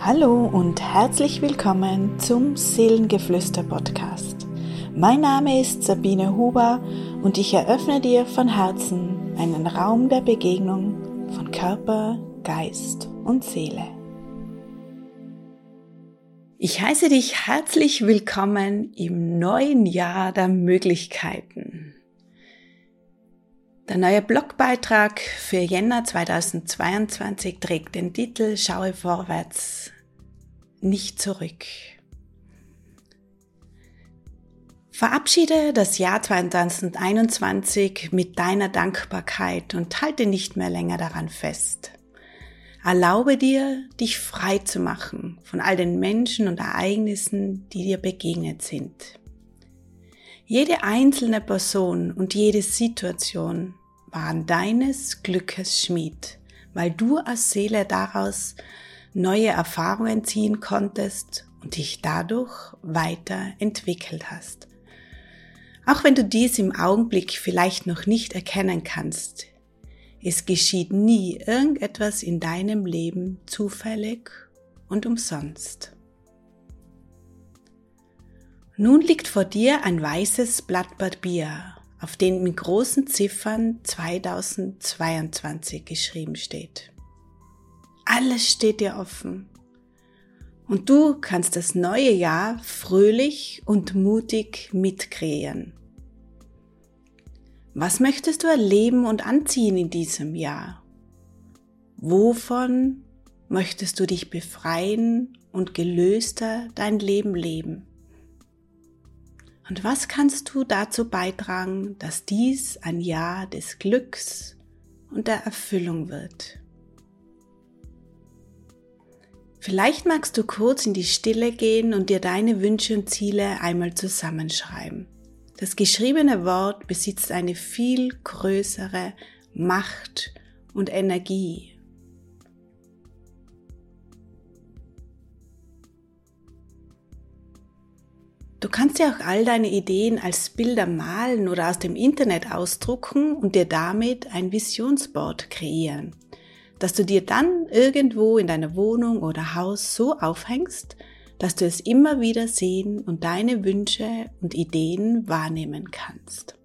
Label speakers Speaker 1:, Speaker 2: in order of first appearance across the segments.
Speaker 1: Hallo und herzlich willkommen zum Seelengeflüster-Podcast. Mein Name ist Sabine Huber und ich eröffne dir von Herzen einen Raum der Begegnung von Körper, Geist und Seele. Ich heiße dich herzlich willkommen im neuen Jahr der Möglichkeiten. Der neue Blogbeitrag für Jänner 2022 trägt den Titel Schaue vorwärts, nicht zurück. Verabschiede das Jahr 2021 mit deiner Dankbarkeit und halte nicht mehr länger daran fest. Erlaube dir, dich frei zu machen von all den Menschen und Ereignissen, die dir begegnet sind. Jede einzelne Person und jede Situation waren deines Glückes Schmied, weil du als Seele daraus neue Erfahrungen ziehen konntest und dich dadurch weiterentwickelt hast. Auch wenn du dies im Augenblick vielleicht noch nicht erkennen kannst, es geschieht nie irgendetwas in deinem Leben zufällig und umsonst. Nun liegt vor dir ein weißes Blatt Papier, auf dem mit großen Ziffern 2022 geschrieben steht. Alles steht dir offen und du kannst das neue Jahr fröhlich und mutig mitkreieren. Was möchtest du erleben und anziehen in diesem Jahr? Wovon möchtest du dich befreien und gelöster dein Leben leben? Und was kannst du dazu beitragen, dass dies ein Jahr des Glücks und der Erfüllung wird? Vielleicht magst du kurz in die Stille gehen und dir deine Wünsche und Ziele einmal zusammenschreiben. Das geschriebene Wort besitzt eine viel größere Macht und Energie. Du kannst dir auch all deine Ideen als Bilder malen oder aus dem Internet ausdrucken und dir damit ein Visionsboard kreieren, das du dir dann irgendwo in deiner Wohnung oder Haus so aufhängst, dass du es immer wieder sehen und deine Wünsche und Ideen wahrnehmen kannst.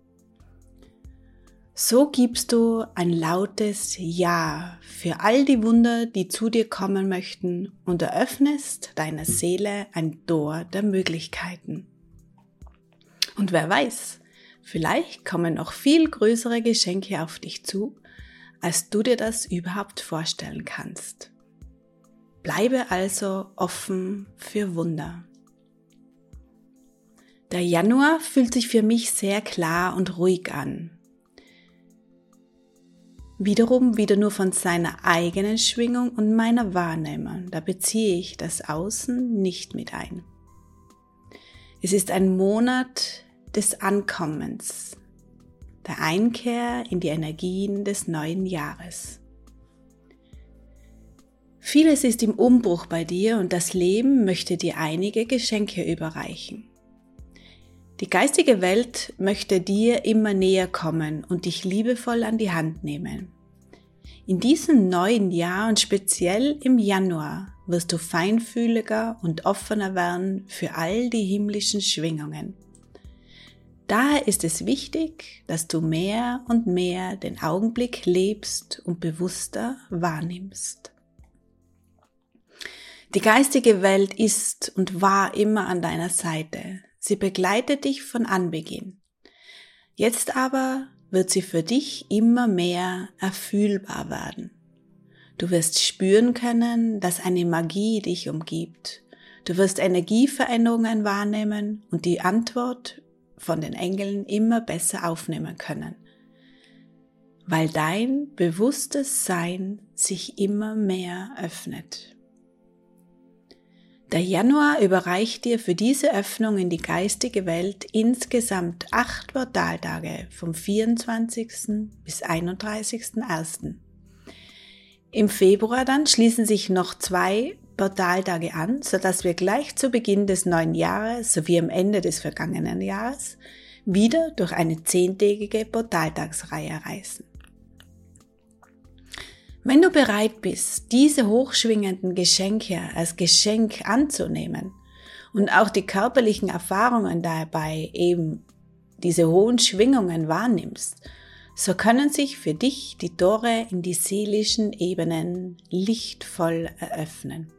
Speaker 1: So gibst du ein lautes Ja für all die Wunder, die zu dir kommen möchten und eröffnest deiner Seele ein Tor der Möglichkeiten. Und wer weiß, vielleicht kommen noch viel größere Geschenke auf dich zu, als du dir das überhaupt vorstellen kannst. Bleibe also offen für Wunder. Der Januar fühlt sich für mich sehr klar und ruhig an. Wiederum wieder nur von seiner eigenen Schwingung und meiner Wahrnehmung, da beziehe ich das Außen nicht mit ein. Es ist ein Monat des Ankommens, der Einkehr in die Energien des neuen Jahres. Vieles ist im Umbruch bei dir und das Leben möchte dir einige Geschenke überreichen. Die geistige Welt möchte dir immer näher kommen und dich liebevoll an die Hand nehmen. In diesem neuen Jahr und speziell im Januar wirst du feinfühliger und offener werden für all die himmlischen Schwingungen. Daher ist es wichtig, dass du mehr und mehr den Augenblick lebst und bewusster wahrnimmst. Die geistige Welt ist und war immer an deiner Seite. Sie begleitet dich von Anbeginn. Jetzt aber wird sie für dich immer mehr erfühlbar werden. Du wirst spüren können, dass eine Magie dich umgibt. Du wirst Energieveränderungen wahrnehmen und die Antwort von den Engeln immer besser aufnehmen können, weil dein bewusstes Sein sich immer mehr öffnet. Der Januar überreicht dir für diese Öffnung in die geistige Welt insgesamt 8 Portaltage vom 24. bis 31.01. Im Februar dann schließen sich noch 2 Portaltage an, sodass wir gleich zu Beginn des neuen Jahres sowie am Ende des vergangenen Jahres wieder durch eine 10-tägige Portaltagsreihe reisen. Wenn du bereit bist, diese hochschwingenden Geschenke als Geschenk anzunehmen und auch die körperlichen Erfahrungen dabei eben diese hohen Schwingungen wahrnimmst, so können sich für dich die Tore in die seelischen Ebenen lichtvoll eröffnen.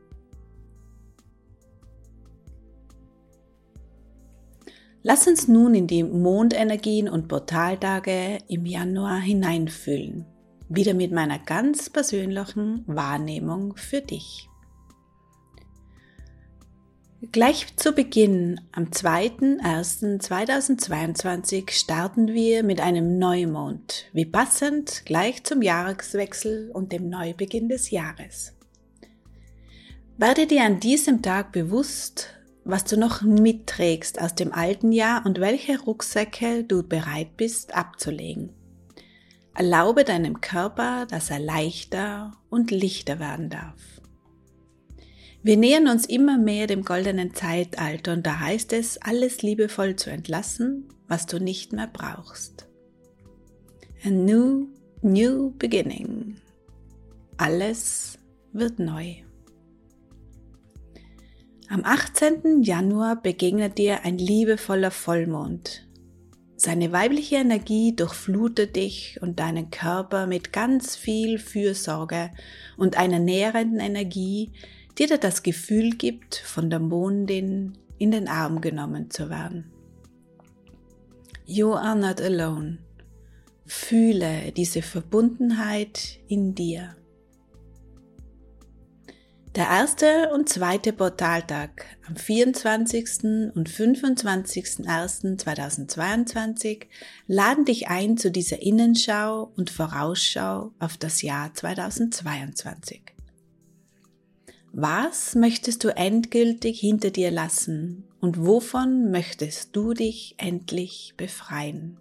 Speaker 1: Lass uns nun in die Mondenergien und Portaltage im Januar hineinfühlen, wieder mit meiner ganz persönlichen Wahrnehmung für dich. Gleich zu Beginn, am 2.1.2022, starten wir mit einem Neumond, wie passend gleich zum Jahreswechsel und dem Neubeginn des Jahres. Werde dir an diesem Tag bewusst, was du noch mitträgst aus dem alten Jahr und welche Rucksäcke du bereit bist abzulegen. Erlaube deinem Körper, dass er leichter und lichter werden darf. Wir nähern uns immer mehr dem goldenen Zeitalter und da heißt es, alles liebevoll zu entlassen, was du nicht mehr brauchst. A new beginning. Alles wird neu. Am 18. Januar begegnet dir ein liebevoller Vollmond. Seine weibliche Energie durchflutet dich und deinen Körper mit ganz viel Fürsorge und einer nährenden Energie, die dir das Gefühl gibt, von der Mondin in den Arm genommen zu werden. You are not alone. Fühle diese Verbundenheit in dir. Der erste und zweite Portaltag am 24. und 25.01.2022 laden dich ein zu dieser Innenschau und Vorausschau auf das Jahr 2022. Was möchtest du endgültig hinter dir lassen und wovon möchtest du dich endlich befreien?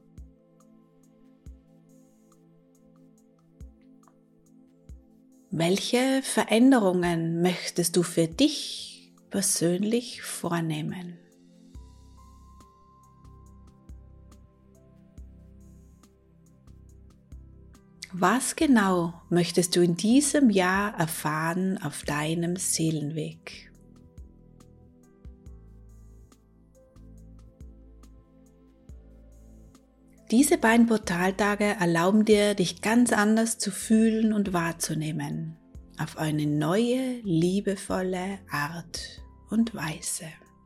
Speaker 1: Welche Veränderungen möchtest du für dich persönlich vornehmen? Was genau möchtest du in diesem Jahr erfahren auf deinem Seelenweg? Diese beiden Portaltage erlauben dir, dich ganz anders zu fühlen und wahrzunehmen, auf eine neue, liebevolle Art und Weise.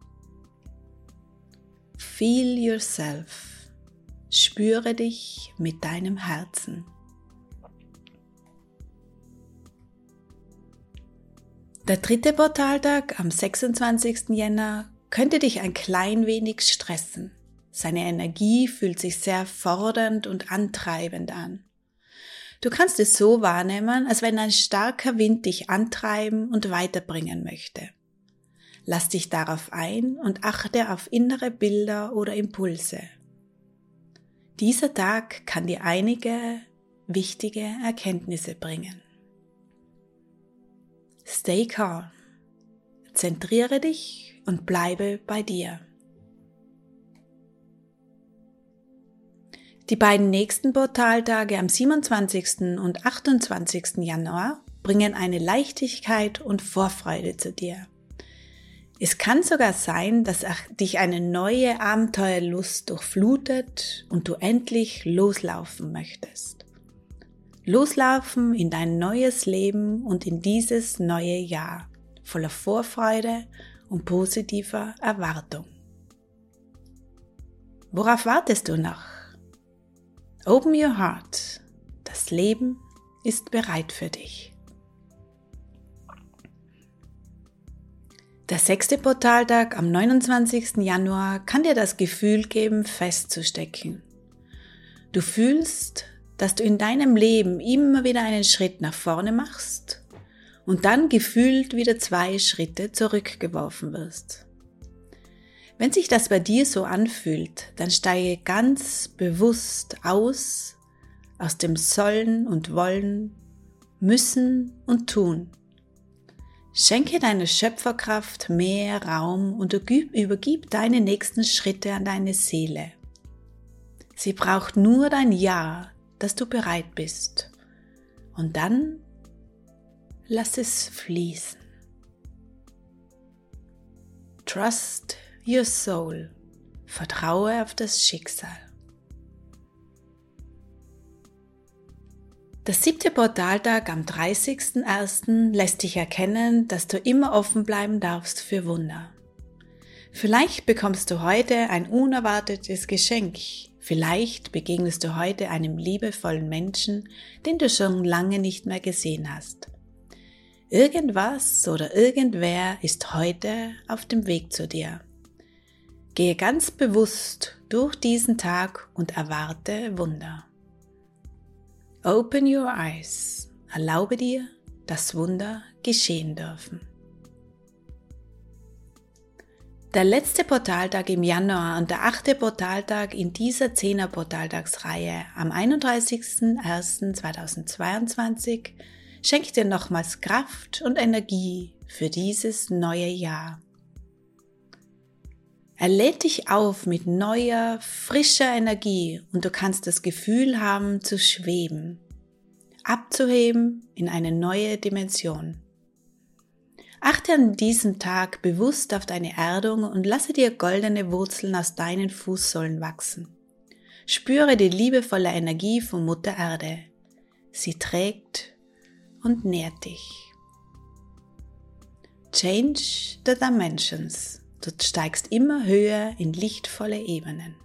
Speaker 1: Feel yourself. Spüre dich mit deinem Herzen. Der dritte Portaltag am 26. Jänner könnte dich ein klein wenig stressen. Seine Energie fühlt sich sehr fordernd und antreibend an. Du kannst es so wahrnehmen, als wenn ein starker Wind dich antreiben und weiterbringen möchte. Lass dich darauf ein und achte auf innere Bilder oder Impulse. Dieser Tag kann dir einige wichtige Erkenntnisse bringen. Stay calm. Zentriere dich und bleibe bei dir. Die beiden nächsten Portaltage am 27. und 28. Januar bringen eine Leichtigkeit und Vorfreude zu dir. Es kann sogar sein, dass dich eine neue Abenteuerlust durchflutet und du endlich loslaufen möchtest. Loslaufen in dein neues Leben und in dieses neue Jahr, voller Vorfreude und positiver Erwartung. Worauf wartest du noch? Open your heart. Das Leben ist bereit für dich. Der 6. Portaltag am 29. Januar kann dir das Gefühl geben, festzustecken. Du fühlst, dass du in deinem Leben immer wieder einen Schritt nach vorne machst und dann gefühlt wieder 2 Schritte zurückgeworfen wirst. Wenn sich das bei dir so anfühlt, dann steige ganz bewusst aus dem Sollen und Wollen, Müssen und Tun. Schenke deiner Schöpferkraft mehr Raum und übergib deine nächsten Schritte an deine Seele. Sie braucht nur dein Ja, dass du bereit bist. Und dann Lass es fließen. Trust your soul. Vertraue auf das Schicksal. Der 7. Portaltag am 30.01. lässt dich erkennen, dass du immer offen bleiben darfst für Wunder. Vielleicht bekommst du heute ein unerwartetes Geschenk. Vielleicht begegnest du heute einem liebevollen Menschen, den du schon lange nicht mehr gesehen hast. Irgendwas oder irgendwer ist heute auf dem Weg zu dir. Gehe ganz bewusst durch diesen Tag und erwarte Wunder. Open your eyes. Erlaube dir, dass Wunder geschehen dürfen. Der letzte Portaltag im Januar und der 8. Portaltag in dieser 10er Portaltagsreihe am 31.01.2022 schenkt dir nochmals Kraft und Energie für dieses neue Jahr. Er lädt dich auf mit neuer, frischer Energie und du kannst das Gefühl haben zu schweben, abzuheben in eine neue Dimension. Achte an diesem Tag bewusst auf deine Erdung und lasse dir goldene Wurzeln aus deinen Fußsohlen wachsen. Spüre die liebevolle Energie von Mutter Erde. Sie trägt und nährt dich. Change the dimensions. Du steigst immer höher in lichtvolle Ebenen.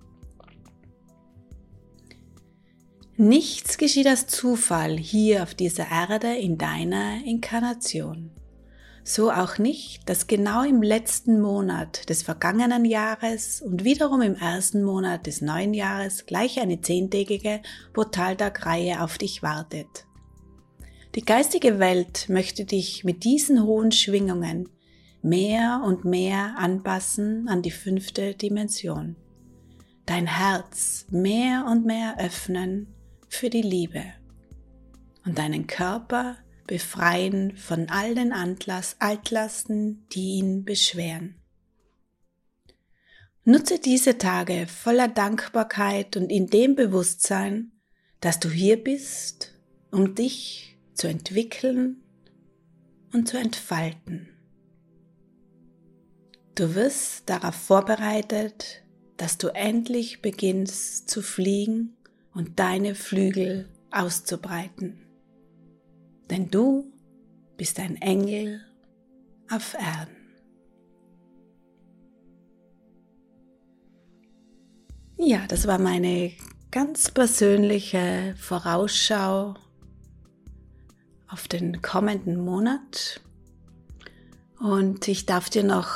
Speaker 1: Nichts geschieht aus Zufall hier auf dieser Erde in deiner Inkarnation. So auch nicht, dass genau im letzten Monat des vergangenen Jahres und wiederum im ersten Monat des neuen Jahres gleich eine 10-tägige Portaltagreihe auf dich wartet. Die geistige Welt möchte dich mit diesen hohen Schwingungen mehr und mehr anpassen an die 5. Dimension. Dein Herz mehr und mehr öffnen für die Liebe und deinen Körper befreien von all den Altlasten, die ihn beschweren. Nutze diese Tage voller Dankbarkeit und in dem Bewusstsein, dass du hier bist, um dich zu entwickeln und zu entfalten. Du wirst darauf vorbereitet, dass du endlich beginnst zu fliegen und deine Flügel auszubreiten. Denn du bist ein Engel auf Erden. Ja, das war meine ganz persönliche Vorausschau auf den kommenden Monat. Und ich darf dir noch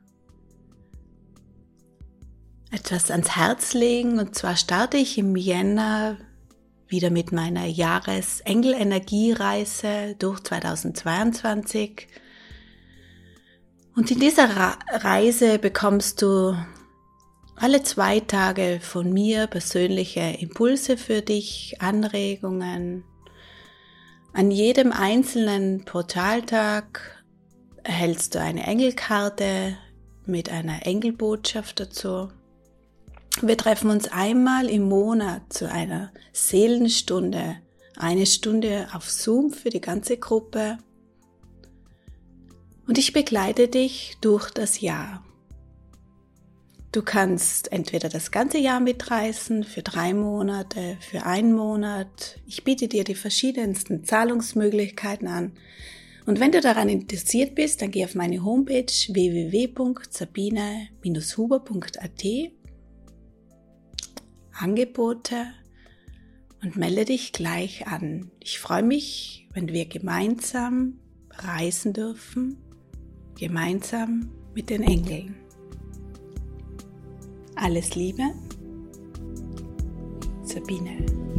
Speaker 1: etwas ans Herz legen. Und zwar starte ich im Jänner wieder mit meiner Jahresengel-Energiereise durch 2022. Und in dieser Reise bekommst du alle 2 Tage von mir persönliche Impulse für dich, Anregungen. An jedem einzelnen Portaltag erhältst du eine Engelkarte mit einer Engelbotschaft dazu. Wir treffen uns einmal im Monat zu einer Seelenstunde, 1 Stunde auf Zoom für die ganze Gruppe. Und ich begleite dich durch das Jahr. Du kannst entweder das ganze Jahr mitreisen, für 3 Monate, für 1 Monat. Ich biete dir die verschiedensten Zahlungsmöglichkeiten an. Und wenn du daran interessiert bist, dann geh auf meine Homepage www.sabine-huber.at, Angebote und melde dich gleich an. Ich freue mich, wenn wir gemeinsam reisen dürfen, gemeinsam mit den Engeln. Alles Liebe, Sabine.